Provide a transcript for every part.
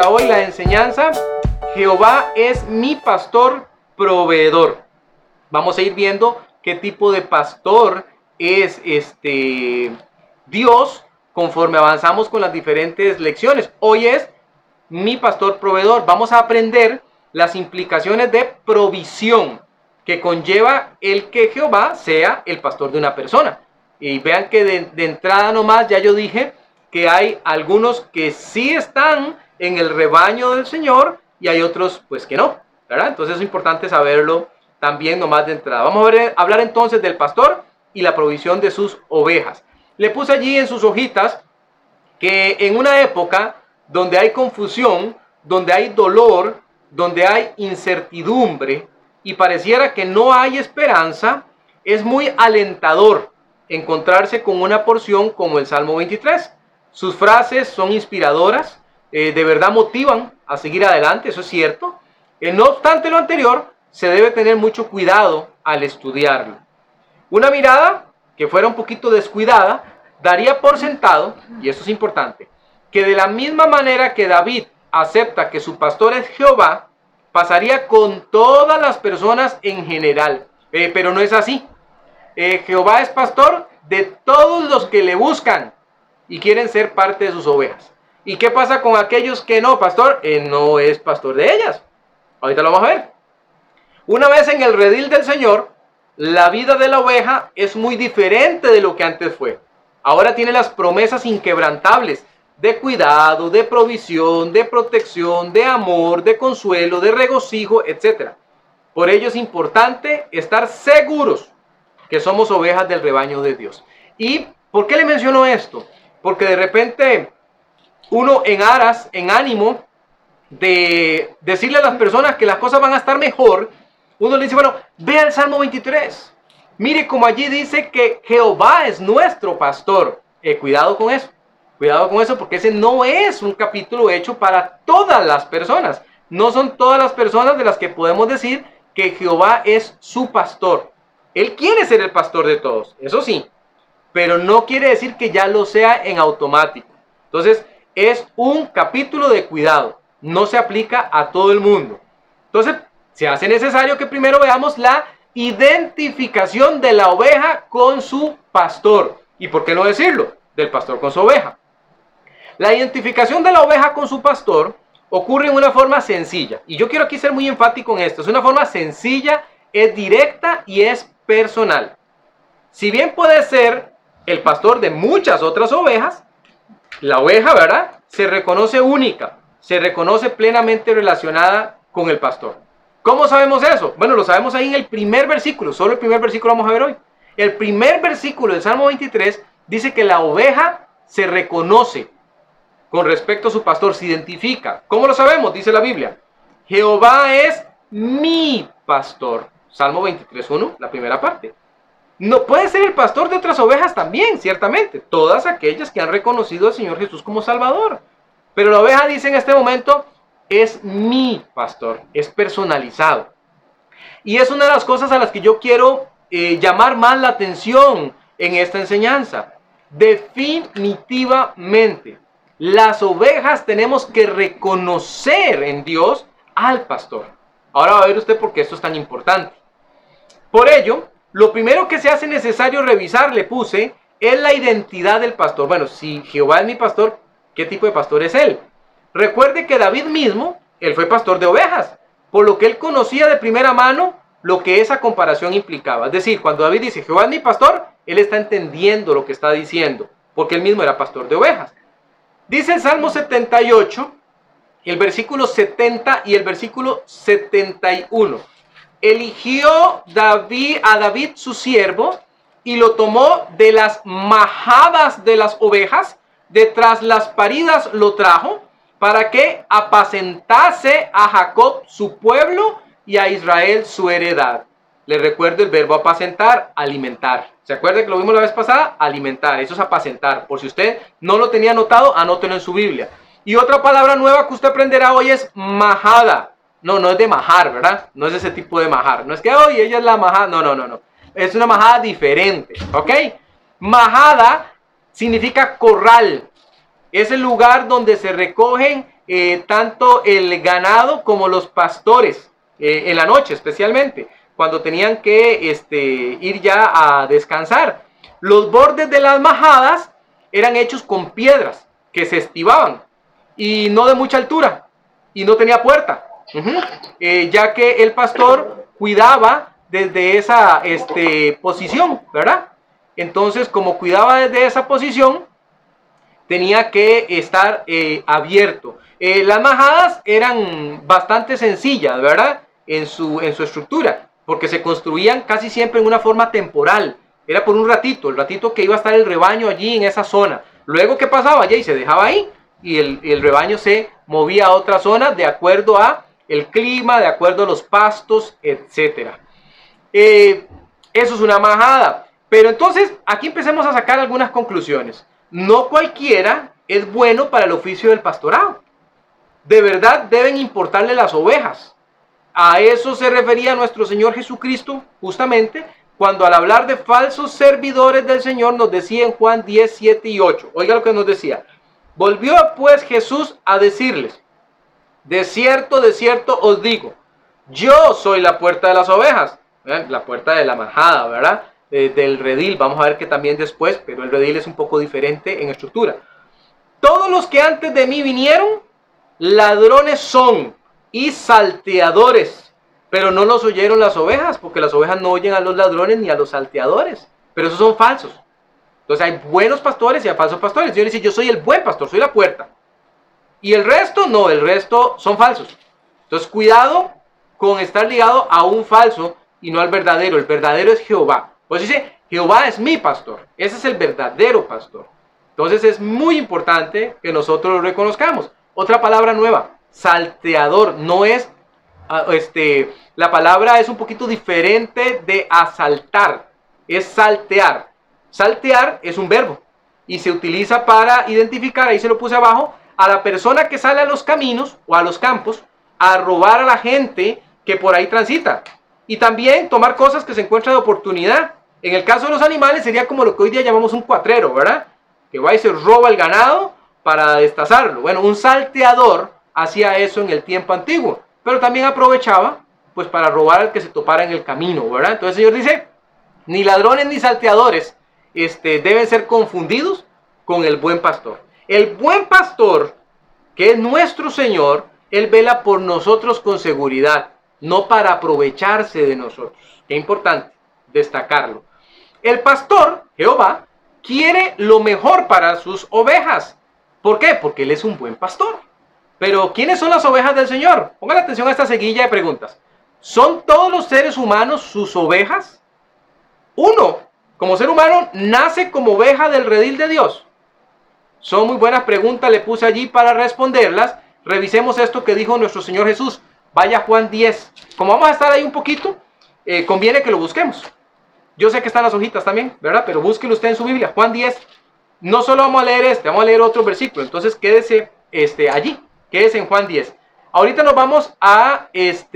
para hoy la enseñanza: Jehová es mi pastor proveedor. Vamos a ir viendo qué tipo de pastor es Dios conforme avanzamos con las diferentes lecciones. Hoy es mi pastor proveedor. Vamos a aprender las implicaciones de provisión que conlleva el que Jehová sea el pastor de una persona. Y vean que de entrada nomás ya yo dije que hay algunos que sí están en el rebaño del Señor y hay otros pues que no, ¿verdad? Entonces es importante saberlo también nomás de entrada. Vamos a hablar entonces del pastor y la provisión de sus ovejas. Le puse allí en sus hojitas que en una época donde hay confusión, donde hay dolor, donde hay incertidumbre y pareciera que no hay esperanza, es muy alentador encontrarse con una porción como el Salmo 23. Sus frases son inspiradoras, de verdad motivan a seguir adelante, eso es cierto. No obstante lo anterior, se debe tener mucho cuidado al estudiarlo. Una mirada que fuera un poquito descuidada daría por sentado, y esto es importante, que de la misma manera que David acepta que su pastor es Jehová, pasaría con todas las personas en general. Pero no es así. Jehová es pastor de todos los que le buscan y quieren ser parte de sus ovejas. ¿Y qué pasa con aquellos que no, pastor? No es pastor de ellas. Ahorita lo vamos a ver. Una vez en el redil del Señor, la vida de la oveja es muy diferente de lo que antes fue. Ahora tiene las promesas inquebrantables de cuidado, de provisión, de protección, de amor, de consuelo, de regocijo, etc. Por ello es importante estar seguros que somos ovejas del rebaño de Dios. ¿Y por qué le menciono esto? Porque de repente uno en ánimo de decirle a las personas que las cosas van a estar mejor, uno le dice, bueno, vea el Salmo 23. Mire como allí dice que Jehová es nuestro pastor. Cuidado con eso. Cuidado con eso porque ese no es un capítulo hecho para todas las personas. No son todas las personas de las que podemos decir que Jehová es su pastor. Él quiere ser el pastor de todos, eso sí, pero no quiere decir que ya lo sea en automático. Entonces, es un capítulo de cuidado, no se aplica a todo el mundo. Entonces, se hace necesario que primero veamos la identificación de la oveja con su pastor. ¿Y por qué no decirlo? Del pastor con su oveja. La identificación de la oveja con su pastor ocurre en una forma sencilla. Y yo quiero aquí ser muy enfático en esto. Es una forma sencilla, es directa y es personal. Si bien puede ser el pastor de muchas otras ovejas, la oveja, ¿verdad?, se reconoce única, se reconoce plenamente relacionada con el pastor. ¿Cómo sabemos eso? Bueno, lo sabemos ahí en el primer versículo, solo el primer versículo vamos a ver hoy. El primer versículo del Salmo 23 dice que la oveja se reconoce con respecto a su pastor, se identifica. ¿Cómo lo sabemos? Dice la Biblia, Jehová es mi pastor. Salmo 23:1, la primera parte. No puede ser el pastor de otras ovejas también, ciertamente. Todas aquellas que han reconocido al Señor Jesús como Salvador. Pero la oveja dice en este momento, es mi pastor, es personalizado. Y es una de las cosas a las que yo quiero llamar más la atención en esta enseñanza. Definitivamente, las ovejas tenemos que reconocer en Dios al pastor. Ahora va a ver usted por qué esto es tan importante. Por ello, lo primero que se hace necesario revisar, le puse, es la identidad del pastor. Bueno, si Jehová es mi pastor, ¿qué tipo de pastor es él? Recuerde que David mismo, él fue pastor de ovejas, por lo que él conocía de primera mano lo que esa comparación implicaba. Es decir, cuando David dice, Jehová es mi pastor, él está entendiendo lo que está diciendo, porque él mismo era pastor de ovejas. Dice el Salmo 78, el versículo 70 y el versículo 71. Eligió a David su siervo y lo tomó de las majadas de las ovejas, de tras las paridas lo trajo, para que apacentase a Jacob su pueblo y a Israel su heredad. Les recuerdo el verbo apacentar, alimentar. ¿Se acuerda que lo vimos la vez pasada? Alimentar, eso es apacentar. Por si usted no lo tenía anotado, anótelo en su Biblia. Y otra palabra nueva que usted aprenderá hoy es majada. No, no es de majar, ¿verdad? No es ese tipo de majar. No es que, oye, ella es la majada. No. Es una majada diferente, ¿ok? Majada significa corral. Es el lugar donde se recogen tanto el ganado como los pastores, en la noche especialmente, cuando tenían que ir ya a descansar. Los bordes de las majadas eran hechos con piedras que se estivaban y no de mucha altura y no tenía puerta, ya que el pastor cuidaba desde esa posición, ¿verdad? Entonces, como cuidaba desde esa posición, tenía que estar abierto. Las majadas eran bastante sencillas, ¿verdad? En su estructura, porque se construían casi siempre en una forma temporal. Era por un ratito, el ratito que iba a estar el rebaño allí en esa zona. Luego, ¿qué pasaba? Y se dejaba ahí y el rebaño se movía a otra zona de acuerdo a el clima, de acuerdo a los pastos, etcétera. Eso es una majada. Pero entonces, aquí empecemos a sacar algunas conclusiones. No cualquiera es bueno para el oficio del pastorado. De verdad deben importarle las ovejas. A eso se refería nuestro Señor Jesucristo, justamente, cuando al hablar de falsos servidores del Señor nos decía en Juan 10, 7 y 8. Oiga lo que nos decía. Volvió pues Jesús a decirles: de cierto os digo, yo soy la puerta de las ovejas. La puerta de la manjada, ¿verdad? Del redil, vamos a ver que también después, pero el redil es un poco diferente en estructura. Todos los que antes de mí vinieron, ladrones son y salteadores, pero no los oyeron las ovejas, porque las ovejas no oyen a los ladrones ni a los salteadores, pero esos son falsos. Entonces hay buenos pastores y hay falsos pastores. El Señor dice: yo soy el buen pastor, soy la puerta. Y el resto no, el resto son falsos. Entonces cuidado con estar ligado a un falso y no al verdadero. El verdadero es Jehová. Pues dice: Jehová es mi pastor. Ese es el verdadero pastor. Entonces es muy importante que nosotros lo reconozcamos. Otra palabra nueva: salteador. No es, la palabra es un poquito diferente de asaltar. Es saltear. Saltear es un verbo y se utiliza para identificar, ahí se lo puse abajo, a la persona que sale a los caminos o a los campos a robar a la gente que por ahí transita. Y también tomar cosas que se encuentran de oportunidad. En el caso de los animales sería como lo que hoy día llamamos un cuatrero, ¿verdad? Que va y se roba el ganado para destazarlo. Bueno, un salteador hacía eso en el tiempo antiguo, pero también aprovechaba pues para robar al que se topara en el camino, ¿verdad? Entonces el Señor dice: ni ladrones ni salteadores deben ser confundidos con el buen pastor. El buen pastor, que es nuestro Señor, Él vela por nosotros con seguridad, no para aprovecharse de nosotros. Qué importante destacarlo. El pastor, Jehová, quiere lo mejor para sus ovejas. ¿Por qué? Porque Él es un buen pastor. Pero ¿quiénes son las ovejas del Señor? Pongan atención a esta seguilla de preguntas. ¿Son todos los seres humanos sus ovejas? Uno, como ser humano, nace como oveja del redil de Dios. Son muy buenas preguntas, le puse allí para responderlas. Revisemos esto que dijo nuestro Señor Jesús. Vaya Juan 10. Como vamos a estar ahí un poquito, conviene que lo busquemos. Yo sé que están las hojitas también, ¿verdad? Pero búsquelo usted en su Biblia. Juan 10. No solo vamos a leer vamos a leer otro versículo. Entonces quédese allí. Quédese en Juan 10. Ahorita nos vamos a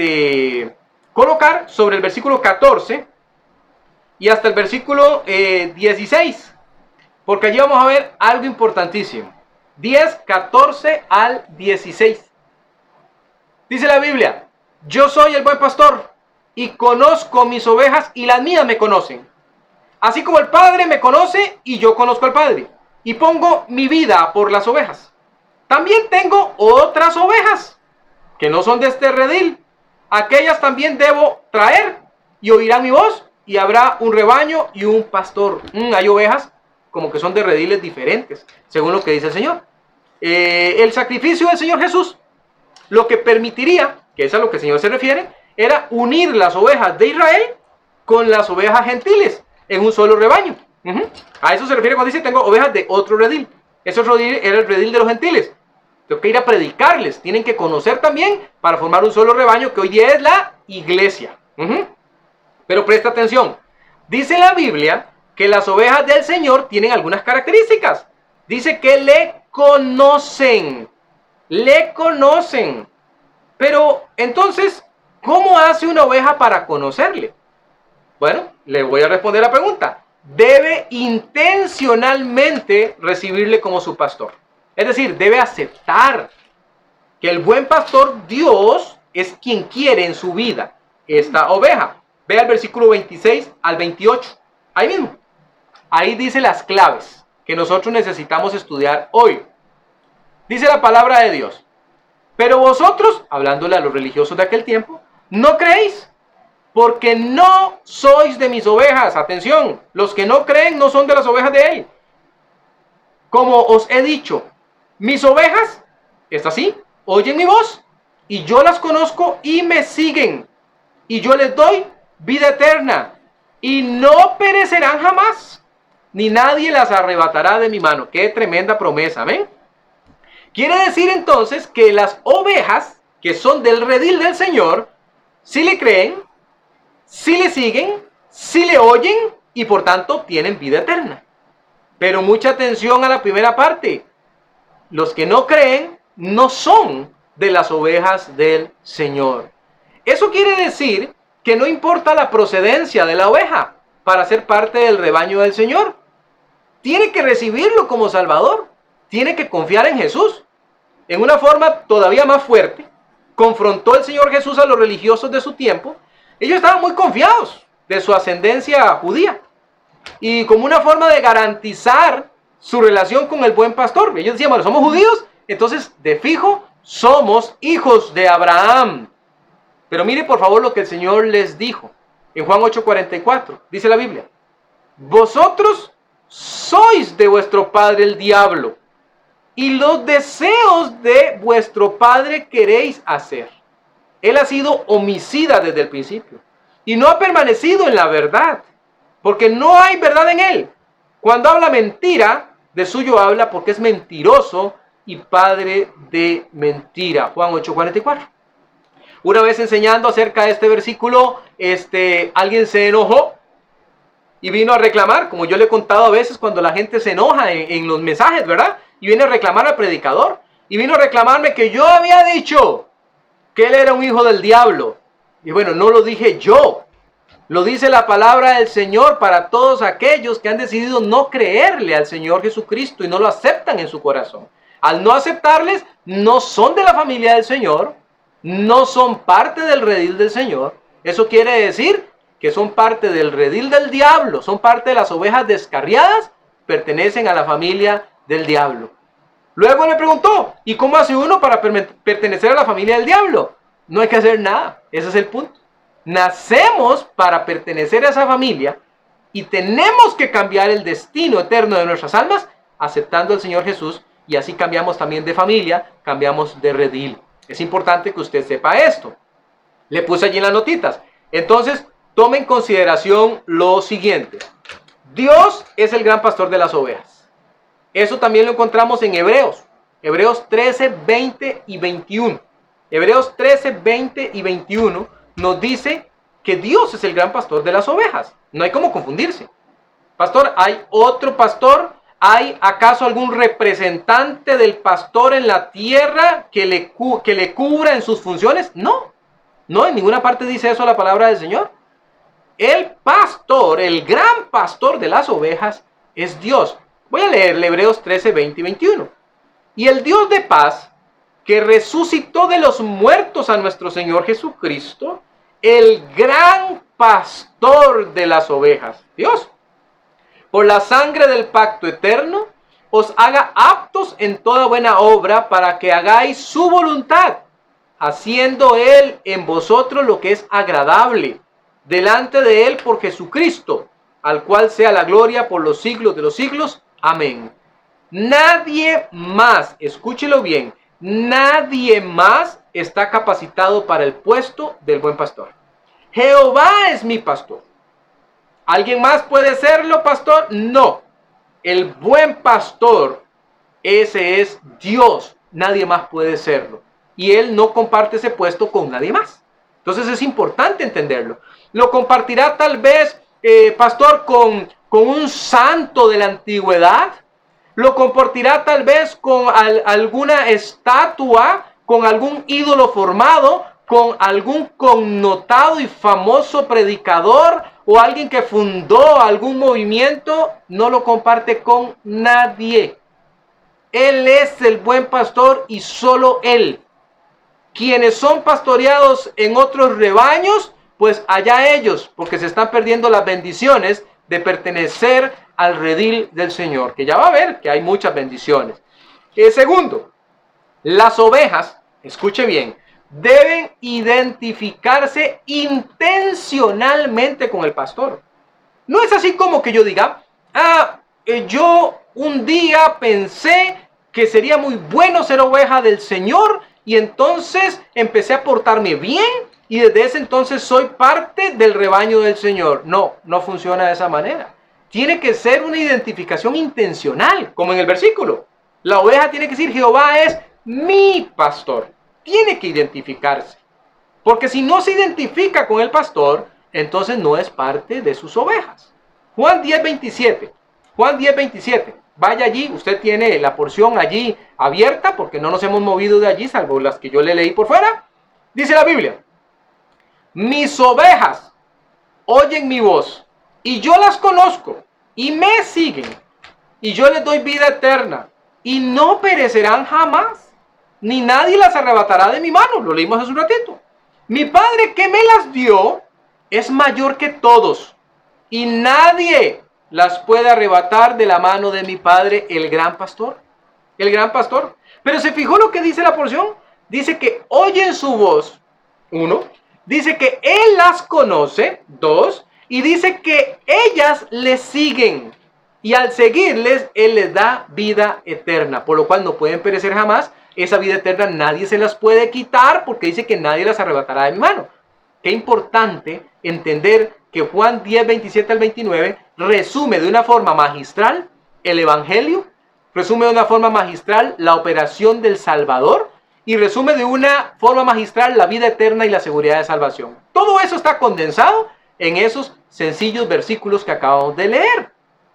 colocar sobre el versículo 14 y hasta el versículo 16. Porque allí vamos a ver algo importantísimo. 10, 14 al 16. Dice la Biblia: yo soy el buen pastor y conozco mis ovejas y las mías me conocen. Así como el Padre me conoce y yo conozco al Padre. Y pongo mi vida por las ovejas. También tengo otras ovejas que no son de este redil. Aquellas también debo traer y oirán mi voz y habrá un rebaño y un pastor. Hay ovejas como que son de rediles diferentes, según lo que dice el Señor. El sacrificio del Señor Jesús, lo que permitiría, que es a lo que el Señor se refiere, era unir las ovejas de Israel con las ovejas gentiles en un solo rebaño. A eso se refiere cuando dice: tengo ovejas de otro redil. Ese redil era el redil de los gentiles. Tengo que ir a predicarles, tienen que conocer también para formar un solo rebaño, que hoy día es la iglesia. Pero presta atención, dice la Biblia que las ovejas del Señor tienen algunas características. Dice que le conocen. Pero entonces, ¿cómo hace una oveja para conocerle? Bueno, le voy a responder la pregunta. Debe intencionalmente recibirle como su pastor. Es decir, debe aceptar que el buen pastor Dios es quien quiere en su vida esta oveja. Vea el versículo 26 al 28. Ahí mismo. Ahí dice las claves que nosotros necesitamos estudiar hoy. Dice la palabra de Dios: pero vosotros, hablándole a los religiosos de aquel tiempo, no creéis, porque no sois de mis ovejas. Atención, los que no creen no son de las ovejas de él. Como os he dicho, mis ovejas, ¿está así? Oyen mi voz, y yo las conozco y me siguen, y yo les doy vida eterna, y no perecerán jamás, ni nadie las arrebatará de mi mano. Qué tremenda promesa, ¿ven? Quiere decir entonces que las ovejas que son del redil del Señor, sí le creen, sí le siguen, sí le oyen, y por tanto tienen vida eterna. Pero mucha atención a la primera parte. Los que no creen no son de las ovejas del Señor. Eso quiere decir que no importa la procedencia de la oveja para ser parte del rebaño del Señor. Tiene que recibirlo como Salvador. Tiene que confiar en Jesús. En una forma todavía más fuerte, confrontó el Señor Jesús a los religiosos de su tiempo. Ellos estaban muy confiados de su ascendencia judía. Y como una forma de garantizar su relación con el buen pastor, ellos decían: bueno, somos judíos, entonces de fijo somos hijos de Abraham. Pero mire por favor lo que el Señor les dijo en Juan 8:44. Dice la Biblia: vosotros sois de vuestro padre el diablo, y los deseos de vuestro padre queréis hacer. Él ha sido homicida desde el principio y no ha permanecido en la verdad, porque no hay verdad en él. Cuando habla mentira, de suyo habla, porque es mentiroso y padre de mentira. Juan 8:44. Una vez enseñando acerca de este versículo, alguien se enojó y vino a reclamar, como yo le he contado a veces cuando la gente se enoja en los mensajes, ¿verdad? Y viene a reclamar al predicador. Y vino a reclamarme que yo había dicho que él era un hijo del diablo. Y bueno, no lo dije yo. Lo dice la palabra del Señor para todos aquellos que han decidido no creerle al Señor Jesucristo y no lo aceptan en su corazón. Al no aceptarles, no son de la familia del Señor, no son parte del redil del Señor. Eso quiere decir que son parte del redil del diablo, son parte de las ovejas descarriadas, pertenecen a la familia del diablo. Luego le preguntó: ¿y cómo hace uno para pertenecer a la familia del diablo? No hay que hacer nada, ese es el punto. Nacemos para pertenecer a esa familia y tenemos que cambiar el destino eterno de nuestras almas aceptando al Señor Jesús, y así cambiamos también de familia, cambiamos de redil. Es importante que usted sepa esto. Le puse allí en las notitas. Entonces, tome en consideración lo siguiente: Dios es el gran pastor de las ovejas. Eso también lo encontramos en Hebreos 13, 20 y 21. Hebreos 13, 20 y 21 nos dice que Dios es el gran pastor de las ovejas. No hay cómo confundirse. Pastor, ¿hay otro pastor? ¿Hay acaso algún representante del pastor en la tierra que le cubra en sus funciones? No, en ninguna parte dice eso la palabra del Señor. El pastor, el gran pastor de las ovejas es Dios. Voy a leerle Hebreos 13, 20 y 21. Y el Dios de paz, que resucitó de los muertos a nuestro Señor Jesucristo, el gran pastor de las ovejas, Dios, por la sangre del pacto eterno, os haga aptos en toda buena obra para que hagáis su voluntad, haciendo Él en vosotros lo que es agradable, delante de Él por Jesucristo, al cual sea la gloria por los siglos de los siglos. Amén. Nadie más, escúchelo bien, nadie más está capacitado para el puesto del buen pastor. Jehová es mi pastor. ¿Alguien más puede serlo, pastor? No. El buen pastor, ese es Dios. Nadie más puede serlo. Y Él no comparte ese puesto con nadie más. Entonces es importante entenderlo. Lo compartirá tal vez, pastor, con un santo de la antigüedad. Lo compartirá tal vez con alguna estatua, con algún ídolo formado, con algún connotado y famoso predicador o alguien que fundó algún movimiento. No lo comparte con nadie. Él es el buen pastor y solo Él. Quienes son pastoreados en otros rebaños, pues allá ellos, porque se están perdiendo las bendiciones de pertenecer al redil del Señor, que ya va a ver que hay muchas bendiciones. Segundo, las ovejas, escuche bien, deben identificarse intencionalmente con el pastor. No es así como que yo diga, yo un día pensé que sería muy bueno ser oveja del Señor y entonces empecé a portarme bien y desde ese entonces soy parte del rebaño del Señor. No, no funciona de esa manera. Tiene que ser una identificación intencional, como en el versículo. La oveja tiene que decir, Jehová es mi pastor. Tiene que identificarse. Porque si no se identifica con el pastor, entonces no es parte de sus ovejas. Juan 10:27. Juan 10:27. Vaya allí, usted tiene la porción allí abierta, porque no nos hemos movido de allí, salvo las que yo le leí por fuera. Dice la Biblia, mis ovejas oyen mi voz, y yo las conozco, y me siguen, y yo les doy vida eterna, y no perecerán jamás, ni nadie las arrebatará de mi mano. Lo leímos hace un ratito. Mi Padre que me las dio es mayor que todos, y nadie las puede arrebatar de la mano de mi Padre, el gran pastor. El gran pastor. Pero ¿se fijó lo que dice la porción? Dice que oyen su voz, 1. Dice que Él las conoce, 2. Y dice que ellas le siguen. Y al seguirles, Él les da vida eterna. Por lo cual no pueden perecer jamás. Esa vida eterna nadie se las puede quitar porque dice que nadie las arrebatará de mi mano. Qué importante entender que Juan 10:27 al 29 resume de una forma magistral el Evangelio, resume de una forma magistral la operación del Salvador y resume de una forma magistral la vida eterna y la seguridad de salvación. Todo eso está condensado en esos sencillos versículos que acabamos de leer.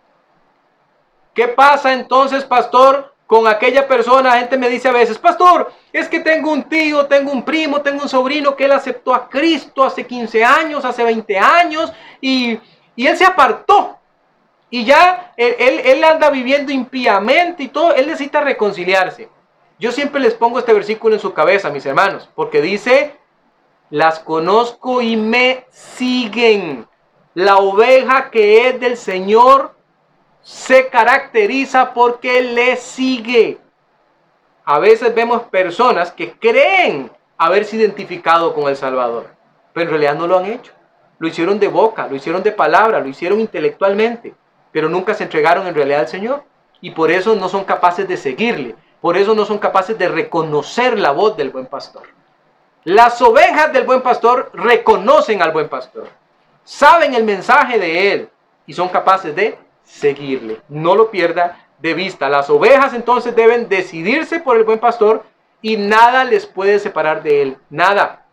¿Qué pasa entonces, pastor, con aquella persona? La gente me dice a veces, pastor, es que tengo un tío, tengo un primo, tengo un sobrino que él aceptó a Cristo hace 15 años, hace 20 años, y él se apartó. Y ya él anda viviendo impíamente y todo, él necesita reconciliarse. Yo siempre les pongo este versículo en su cabeza, mis hermanos, porque dice, las conozco y me siguen. La oveja que es del Señor se caracteriza porque le sigue. A veces vemos personas que creen haberse identificado con el Salvador, pero en realidad no lo han hecho. Lo hicieron de boca, lo hicieron de palabra, lo hicieron intelectualmente, pero nunca se entregaron en realidad al Señor. Y por eso no son capaces de seguirle, por eso no son capaces de reconocer la voz del buen pastor. Las ovejas del buen pastor reconocen al buen pastor, saben el mensaje de él y son capaces de seguirle. No lo pierda de vista. Las ovejas entonces deben decidirse por el buen pastor y nada les puede separar de él. Nada.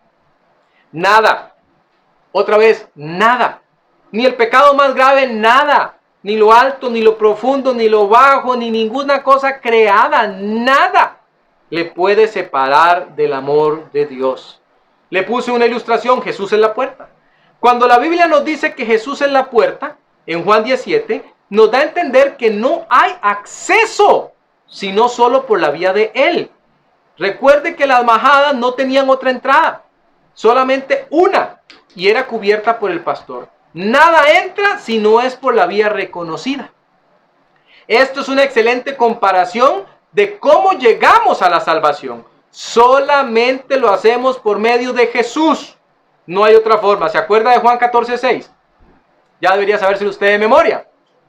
Nada. Otra vez, nada. Ni el pecado más grave, nada. Ni lo alto, ni lo profundo, ni lo bajo, ni ninguna cosa creada. Nada le puede separar del amor de Dios. Le puse una ilustración, Jesús es la puerta. Cuando la Biblia nos dice que Jesús es la puerta, en Juan 17, nos da a entender que no hay acceso, sino solo por la vía de Él. Recuerde que las majadas no tenían otra entrada, solamente una, y era cubierta por el pastor. Nada entra si no es por la vía reconocida. Esto es una excelente comparación de cómo llegamos a la salvación. Solamente lo hacemos por medio de Jesús. No hay otra forma. ¿Se acuerda de Juan 14:6? Ya debería sabérselo usted de memoria.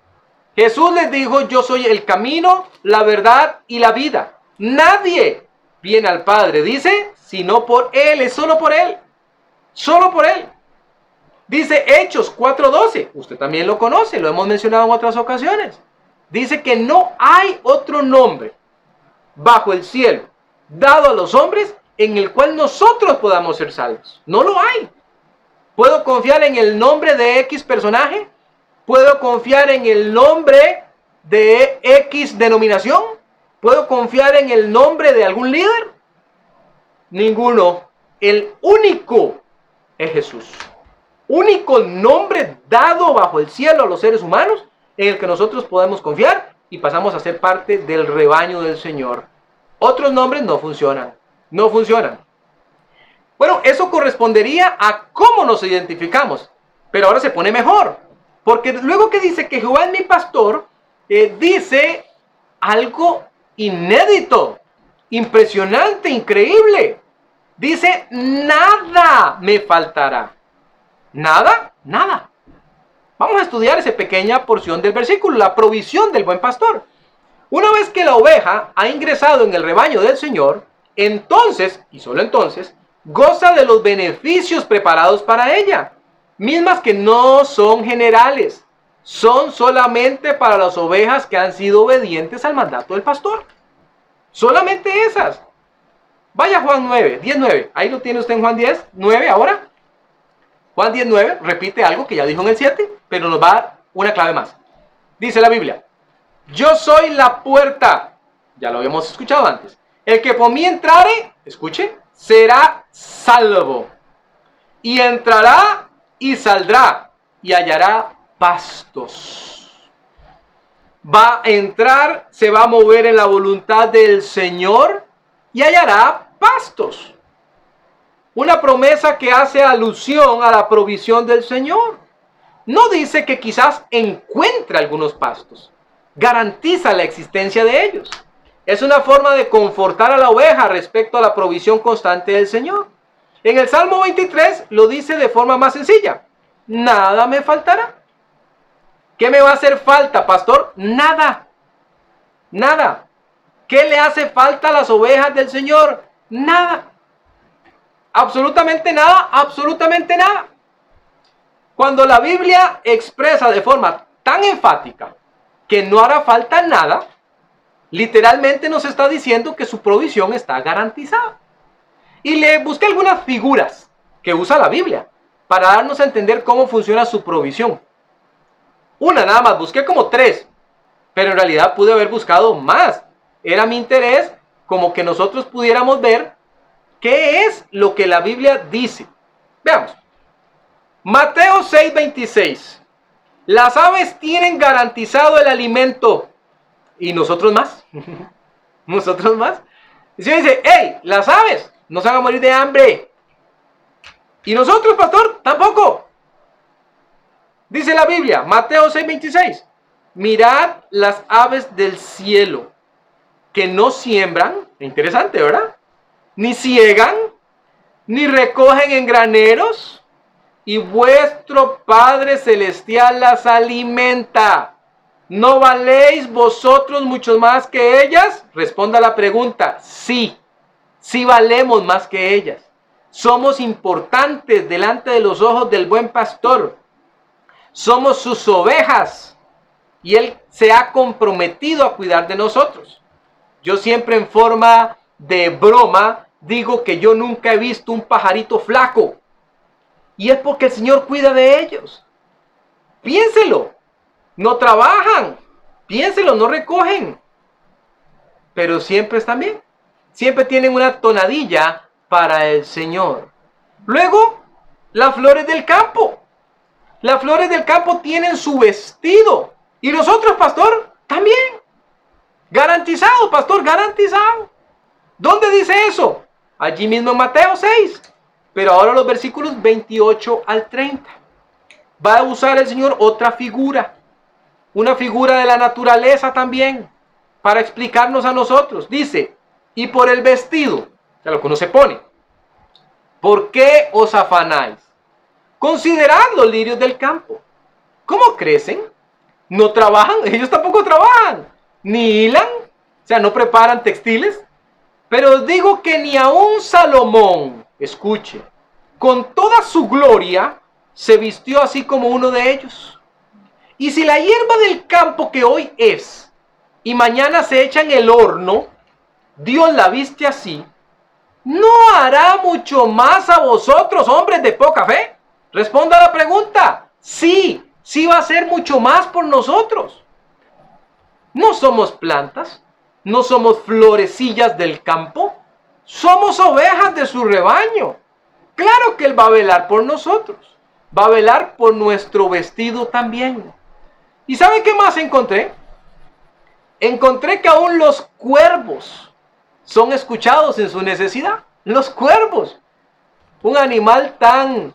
Jesús les dijo, yo soy el camino, la verdad y la vida. Nadie viene al Padre, dice, sino por Él. Es solo por Él. Solo por Él. Dice Hechos 4:12. Usted también lo conoce, lo hemos mencionado en otras ocasiones. Dice que no hay otro nombre bajo el cielo dado a los hombres en el cual nosotros podamos ser salvos. No lo hay. ¿Puedo confiar en el nombre de X personaje? ¿Puedo confiar en el nombre de X denominación? ¿Puedo confiar en el nombre de algún líder? Ninguno. El único es Jesús. Único nombre dado bajo el cielo a los seres humanos en el que nosotros podemos confiar y pasamos a ser parte del rebaño del Señor. Otros nombres no funcionan. No funcionan. Bueno, eso correspondería a cómo nos identificamos, pero ahora se pone mejor, porque luego que dice que Jehová es mi pastor, dice algo inédito, impresionante, increíble. Dice, nada me faltará. Nada, nada. Vamos a estudiar esa pequeña porción del versículo, la provisión del buen pastor. Una vez que la oveja ha ingresado en el rebaño del Señor, entonces, y solo entonces, goza de los beneficios preparados para ella, mismas que no son generales, son solamente para las ovejas que han sido obedientes al mandato del pastor. Solamente esas. Vaya Juan 9, 10:9. Ahí lo tiene usted en Juan 10, 9 ahora. Juan 10:9 repite algo que ya dijo en el 7, pero nos va a dar una clave más. Dice la Biblia, yo soy la puerta. Ya lo habíamos escuchado antes. El que por mí entrare, escuche, será salvo. Y entrará y saldrá y hallará pastos. Va a entrar, se va a mover en la voluntad del Señor y hallará pastos. Una promesa que hace alusión a la provisión del Señor. No dice que quizás encuentre algunos pastos. Garantiza la existencia de ellos. Es una forma de confortar a la oveja respecto a la provisión constante del Señor. En el Salmo 23 lo dice de forma más sencilla. Nada me faltará. ¿Qué me va a hacer falta, pastor? Nada. Nada. ¿Qué le hace falta a las ovejas del Señor? Nada. Absolutamente nada, absolutamente nada. Cuando la Biblia expresa de forma tan enfática que no hará falta nada, literalmente nos está diciendo que su provisión está garantizada. Y le busqué algunas figuras que usa la Biblia para darnos a entender cómo funciona su provisión. Una nada más, busqué como 3, pero en realidad pude haber buscado más. Era mi interés como que nosotros pudiéramos ver qué es lo que la Biblia dice. Veamos. Mateo 6:26. Las aves tienen garantizado el alimento. ¿Y nosotros más? ¿Nosotros más? Y se dice, hey, las aves no se van a morir de hambre. ¿Y nosotros, pastor? Tampoco. Dice la Biblia, Mateo 6:26. Mirad las aves del cielo, que no siembran, interesante, ¿verdad? Ni ciegan, ni recogen en graneros, y vuestro Padre Celestial las alimenta. ¿No valéis vosotros mucho más que ellas? Responda la pregunta, sí, sí valemos más que ellas. Somos importantes delante de los ojos del buen pastor. Somos sus ovejas y Él se ha comprometido a cuidar de nosotros. Yo siempre en forma de broma digo que yo nunca he visto un pajarito flaco. Y es porque el Señor cuida de ellos. Piénselo. No trabajan. Piénselo, no recogen. Pero siempre están bien. Siempre tienen una tonadilla para el Señor. Luego, las flores del campo. Las flores del campo tienen su vestido. Y nosotros, pastor, también. Garantizado, pastor, garantizado. ¿Dónde dice eso? Allí mismo en Mateo 6. Pero ahora los versículos 28 al 30. Va a usar el Señor otra figura. Una figura de la naturaleza también. Para explicarnos a nosotros. Dice, y por el vestido, o sea, lo que uno se pone. ¿Por qué os afanáis? Considerad los lirios del campo. ¿Cómo crecen? No trabajan, ellos tampoco trabajan. Ni hilan, o sea, no preparan textiles. Pero os digo que ni aun Salomón, escuche, con toda su gloria, se vistió así como uno de ellos. Y si la hierba del campo que hoy es, y mañana se echa en el horno, Dios la viste así, ¿no hará mucho más a vosotros, hombres de poca fe? Responda a la pregunta. Sí, sí va a hacer mucho más por nosotros. No somos plantas, no somos florecillas del campo, somos ovejas de su rebaño. Claro que Él va a velar por nosotros, va a velar por nuestro vestido también. ¿Y sabe qué más encontré? Encontré que aún los cuervos son escuchados en su necesidad. Los cuervos. un animal tan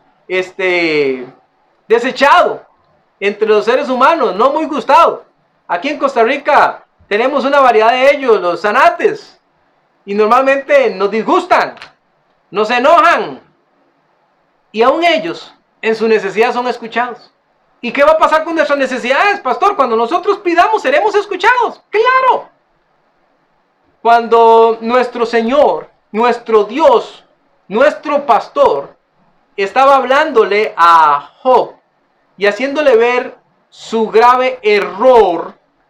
desechado entre los seres humanos, no muy gustado. Aquí en Costa Rica tenemos una variedad de ellos, los zanates, y normalmente nos disgustan, nos enojan, y aún ellos en su necesidad son escuchados. ¿Y qué va a pasar con nuestras necesidades, pastor? Cuando nosotros pidamos, seremos escuchados. ¡Claro! Cuando nuestro Señor, nuestro Dios, nuestro pastor, estaba hablándole a Job y haciéndole ver su grave error,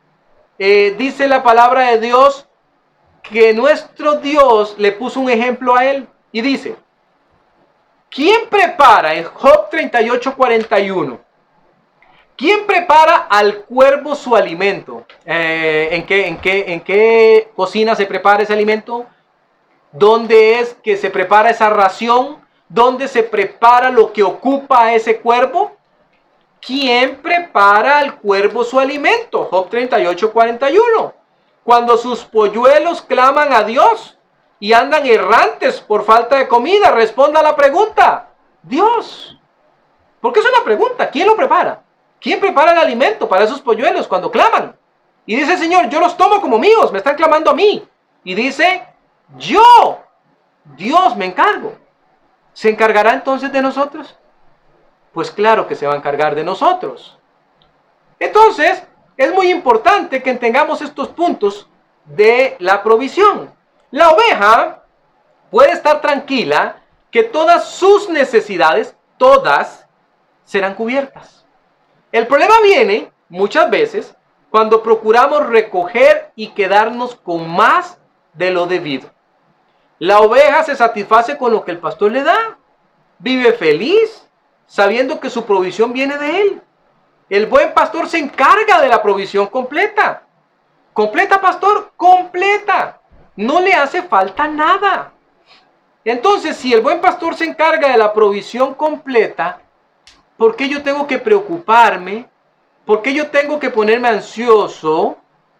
dice la palabra de Dios que nuestro Dios le puso un ejemplo a él y dice, ¿quién prepara, en Job 38:41, quién prepara al cuervo su alimento? ¿En qué cocina se prepara ese alimento? ¿Dónde es que se prepara esa ración? ¿Dónde se prepara lo que ocupa a ese cuervo? ¿Quién prepara al cuervo su alimento? Job 38:41. Cuando sus polluelos claman a Dios y andan errantes por falta de comida, responda a la pregunta. Dios. Porque es una pregunta. ¿Quién lo prepara? ¿Quién prepara el alimento para esos polluelos cuando claman? Y dice el Señor, yo los tomo como míos, me están clamando a mí. Y dice, yo, Dios, me encargo. ¿Se encargará entonces de nosotros? Pues claro que se va a encargar de nosotros. Entonces, es muy importante que tengamos estos puntos de la provisión. La oveja puede estar tranquila que todas sus necesidades, todas, serán cubiertas. El problema viene, muchas veces, cuando procuramos recoger y quedarnos con más de lo debido. La oveja se satisface con lo que el pastor le da. Vive feliz, sabiendo que su provisión viene de él. El buen pastor se encarga de la provisión completa. ¿Completa, pastor? Completa. No le hace falta nada. Entonces, si el buen pastor se encarga de la provisión completa, ¿por qué yo tengo que preocuparme? ¿Por qué yo tengo que ponerme ansioso?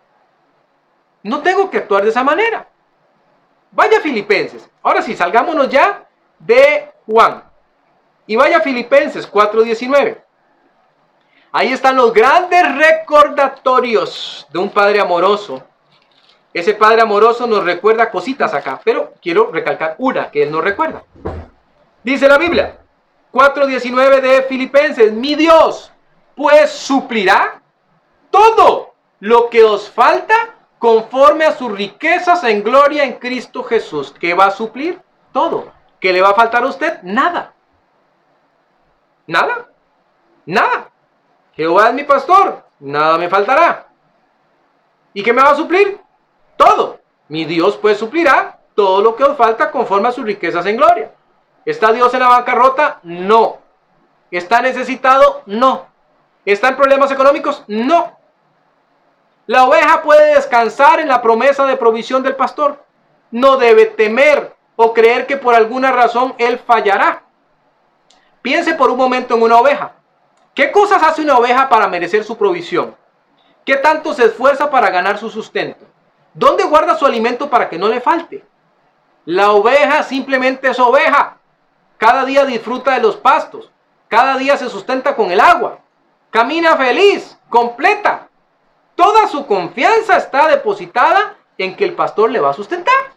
No tengo que actuar de esa manera. Vaya a Filipenses. Ahora sí, salgámonos ya de Juan. Y vaya a Filipenses 4:19. Ahí están los grandes recordatorios de un padre amoroso. Ese padre amoroso nos recuerda cositas acá, pero quiero recalcar una que él nos recuerda. Dice la Biblia, 4:19 de Filipenses, mi Dios, pues suplirá todo lo que os falta conforme a sus riquezas en gloria en Cristo Jesús. ¿Qué va a suplir? Todo. ¿Qué le va a faltar a usted? Nada. Nada. Nada. Jehová es mi pastor, nada me faltará. ¿Y qué me va a suplir? Todo. Mi Dios pues suplirá todo lo que os falta conforme a sus riquezas en gloria. ¿Está Dios en la bancarrota? No. ¿Está necesitado? No. ¿Está en problemas económicos? No. La oveja puede descansar en la promesa de provisión del pastor. No debe temer o creer que por alguna razón él fallará. Piense por un momento en una oveja. ¿Qué cosas hace una oveja para merecer su provisión? ¿Qué tanto se esfuerza para ganar su sustento? ¿Dónde guarda su alimento para que no le falte? La oveja simplemente es oveja. Cada día disfruta de los pastos. Cada día se sustenta con el agua. Camina feliz, completa. Toda su confianza está depositada en que el pastor le va a sustentar.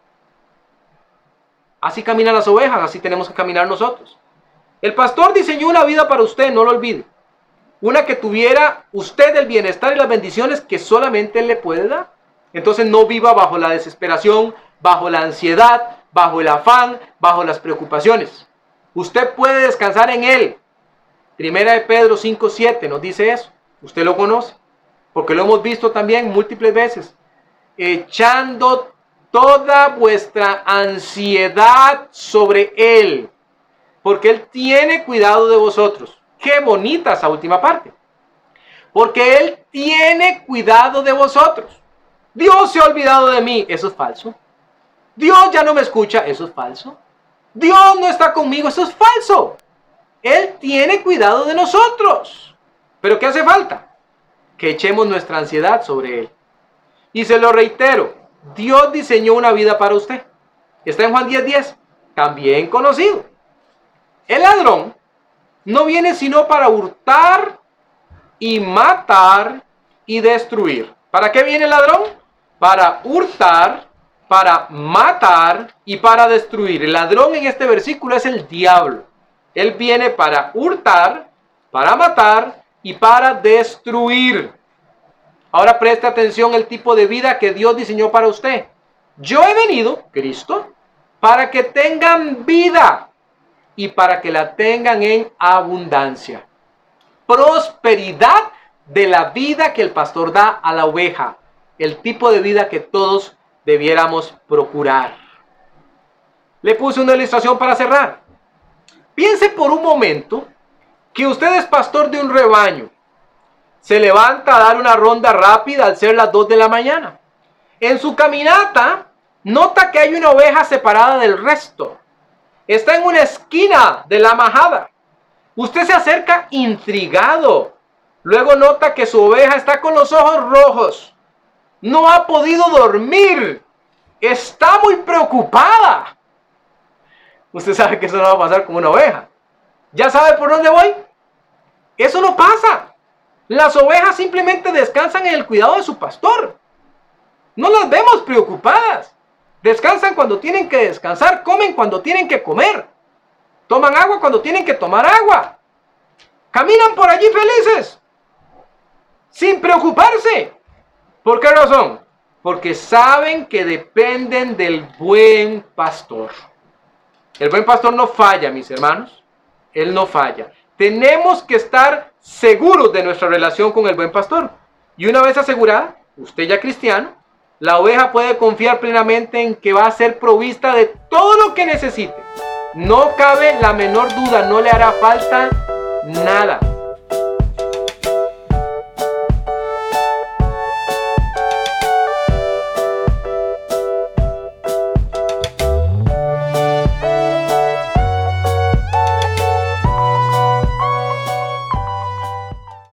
Así caminan las ovejas, así tenemos que caminar nosotros. El pastor diseñó una vida para usted, no lo olvide. Una que tuviera usted el bienestar y las bendiciones que solamente él le puede dar. Entonces no viva bajo la desesperación, bajo la ansiedad, bajo el afán, bajo las preocupaciones. Usted puede descansar en él. Primera de Pedro 5:7 nos dice eso. Usted lo conoce, porque lo hemos visto también múltiples veces. Echando toda vuestra ansiedad sobre él, porque él tiene cuidado de vosotros. Qué bonita esa última parte. Porque él tiene cuidado de vosotros. Dios se ha olvidado de mí. Eso es falso. Dios ya no me escucha. Eso es falso. Dios no está conmigo. Eso es falso. Él tiene cuidado de nosotros. ¿Pero qué hace falta? Que echemos nuestra ansiedad sobre él. Y se lo reitero. Dios diseñó una vida para usted. Está en Juan 10:10. También conocido. El ladrón no viene sino para hurtar y matar y destruir. ¿Para qué viene el ladrón? Para hurtar, para matar y para destruir. El ladrón en este versículo es el diablo. Él viene para hurtar, para matar y para destruir. Ahora preste atención al tipo de vida que Dios diseñó para usted. Yo he venido, Cristo, para que tengan vida y para que la tengan en abundancia. Prosperidad de la vida que el pastor da a la oveja. El tipo de vida que todos debiéramos procurar. Le puse una ilustración para cerrar. Piense por un momento que usted es pastor de un rebaño. Se levanta a dar una ronda rápida al ser las 2 de la mañana. En su caminata, nota que hay una oveja separada del resto. Está en una esquina de la majada. Usted se acerca intrigado. Luego nota que su oveja está con los ojos rojos. No ha podido dormir. Está muy preocupada. Usted sabe que eso no va a pasar con una oveja. ¿Ya sabe por dónde voy? Eso no pasa. Las ovejas simplemente descansan en el cuidado de su pastor. No las vemos preocupadas. Descansan cuando tienen que descansar, comen cuando tienen que comer. Toman agua cuando tienen que tomar agua. Caminan por allí felices, sin preocuparse. ¿Por qué razón? Porque saben que dependen del buen pastor. El buen pastor no falla, mis hermanos. Él no falla. Tenemos que estar seguros de nuestra relación con el buen pastor. Y una vez asegurada, usted ya cristiano, la oveja puede confiar plenamente en que va a ser provista de todo lo que necesite. No cabe la menor duda, no le hará falta nada.